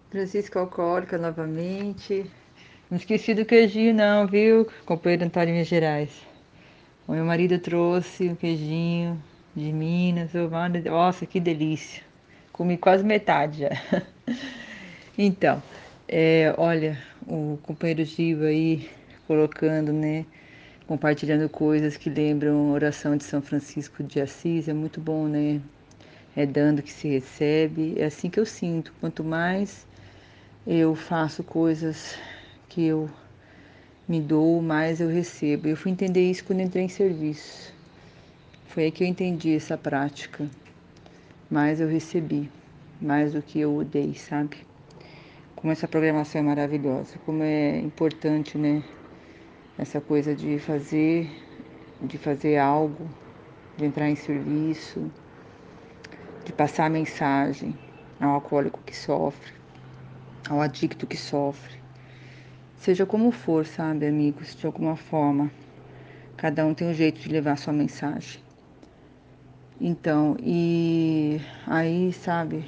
Francisca Alcoólica novamente. Não esqueci do queijinho não, viu? Companheiro Antônio Minas Gerais. O meu marido trouxe um queijinho de Minas. Nossa, que delícia. Comi quase metade já. Então, olha, o companheiro Giva aí colocando, né? Compartilhando coisas que lembram a oração de São Francisco de Assis. É muito bom, né? É dando que se recebe. É assim que eu sinto. Quanto mais eu faço coisas que eu me dou, mais eu recebo. Eu fui entender isso quando entrei em serviço. Foi aí que eu entendi essa prática. Mais eu recebi, mais do que eu dei, sabe? Como essa programação é maravilhosa, como é importante, né? Essa coisa de fazer algo, de entrar em serviço, de passar a mensagem ao alcoólico que sofre, ao adicto que sofre. Seja como for, sabe, amigos, de alguma forma. Cada um tem um jeito de levar a sua mensagem. Então, e aí, sabe,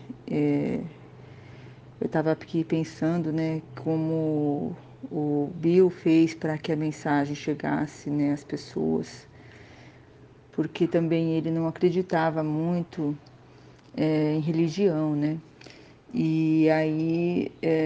eu estava aqui pensando, né, como o Bill fez para que a mensagem chegasse, né, às pessoas, porque também ele não acreditava muito em religião, né? E aí,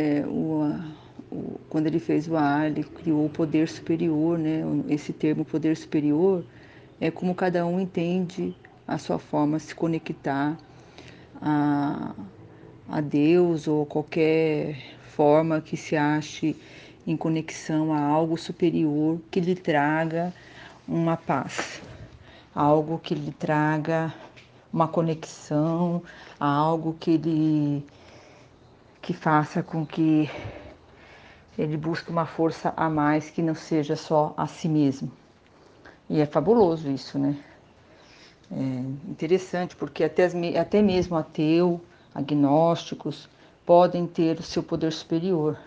quando ele fez o ar, ele criou o poder superior, né? Esse termo poder superior é como cada um entende a sua forma de se conectar a, a Deus ou qualquer forma que se ache em conexão a algo superior que lhe traga uma paz, algo que lhe traga uma conexão, a algo que faça com que ele busque uma força a mais que não seja só a si mesmo. E é fabuloso isso, né? É interessante, porque até mesmo ateu, agnósticos, podem ter o seu poder superior.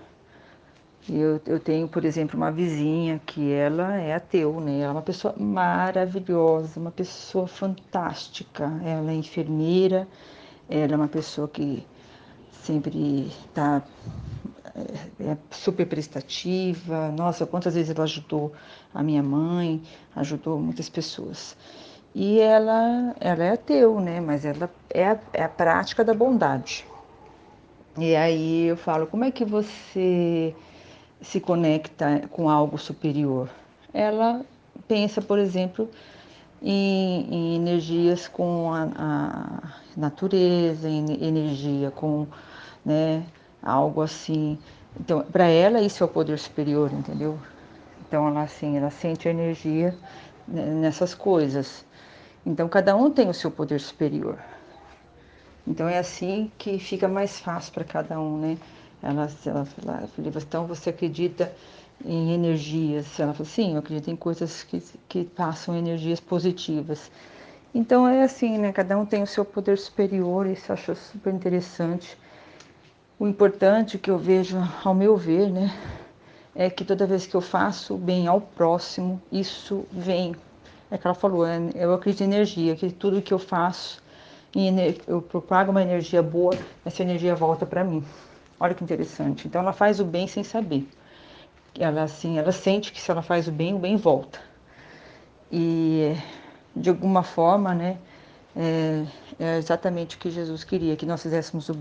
Eu tenho, por exemplo, uma vizinha que ela é ateu, né? Ela é uma pessoa maravilhosa, uma pessoa fantástica. Ela é enfermeira, ela é uma pessoa que sempre está super prestativa. Nossa, quantas vezes ela ajudou a minha mãe, ajudou muitas pessoas. E ela é ateu, né? Mas ela é a prática da bondade. E aí eu falo, como é que você se conecta com algo superior? Ela pensa, por exemplo, em energias com a natureza, em energia com, né, algo assim. Então, para ela isso é o poder superior, entendeu? Então ela assim, ela sente a energia nessas coisas. Então cada um tem o seu poder superior. Então é assim que fica mais fácil para cada um, né? Ela falou, então você acredita em energias? Ela falou, sim, eu acredito em coisas que passam energias positivas. Então é assim, né? Cada um tem o seu poder superior, isso eu acho super interessante. O importante que eu vejo, ao meu ver, né, é que toda vez que eu faço bem ao próximo, isso vem. É que ela falou, eu acredito em energia, que tudo que eu faço, eu propago uma energia boa, essa energia volta para mim. Olha que interessante. Então ela faz o bem sem saber. Ela assim, ela sente que se ela faz o bem volta. E de alguma forma, né, é exatamente o que Jesus queria, que nós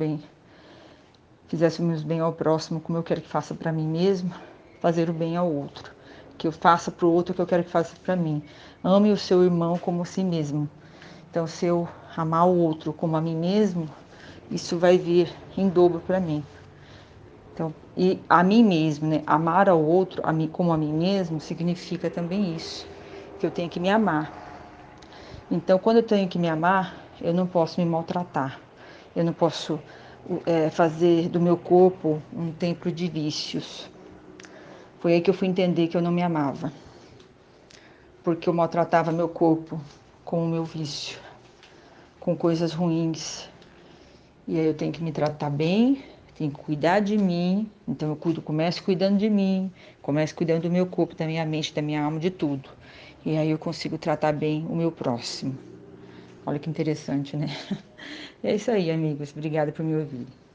fizéssemos bem ao próximo, como eu quero que faça para mim mesmo, fazer o bem ao outro, que eu faça para o outro o que eu quero que faça para mim. Ame o seu irmão como a si mesmo. Então, se eu amar o outro como a mim mesmo, isso vai vir em dobro para mim. Então, e a mim mesmo, né? Amar ao outro a mim, como a mim mesmo significa também isso, que eu tenho que me amar. Então, quando eu tenho que me amar, eu não posso me maltratar. Eu não posso fazer do meu corpo um templo de vícios. Foi aí que eu fui entender que eu não me amava. Porque eu maltratava meu corpo com o meu vício, com coisas ruins. E aí eu tenho que me tratar bem, tenho que cuidar de mim. Então eu começo cuidando de mim, começo cuidando do meu corpo, da minha mente, da minha alma, de tudo. E aí eu consigo tratar bem o meu próximo. Olha que interessante, né? É isso aí, amigos. Obrigada por me ouvir.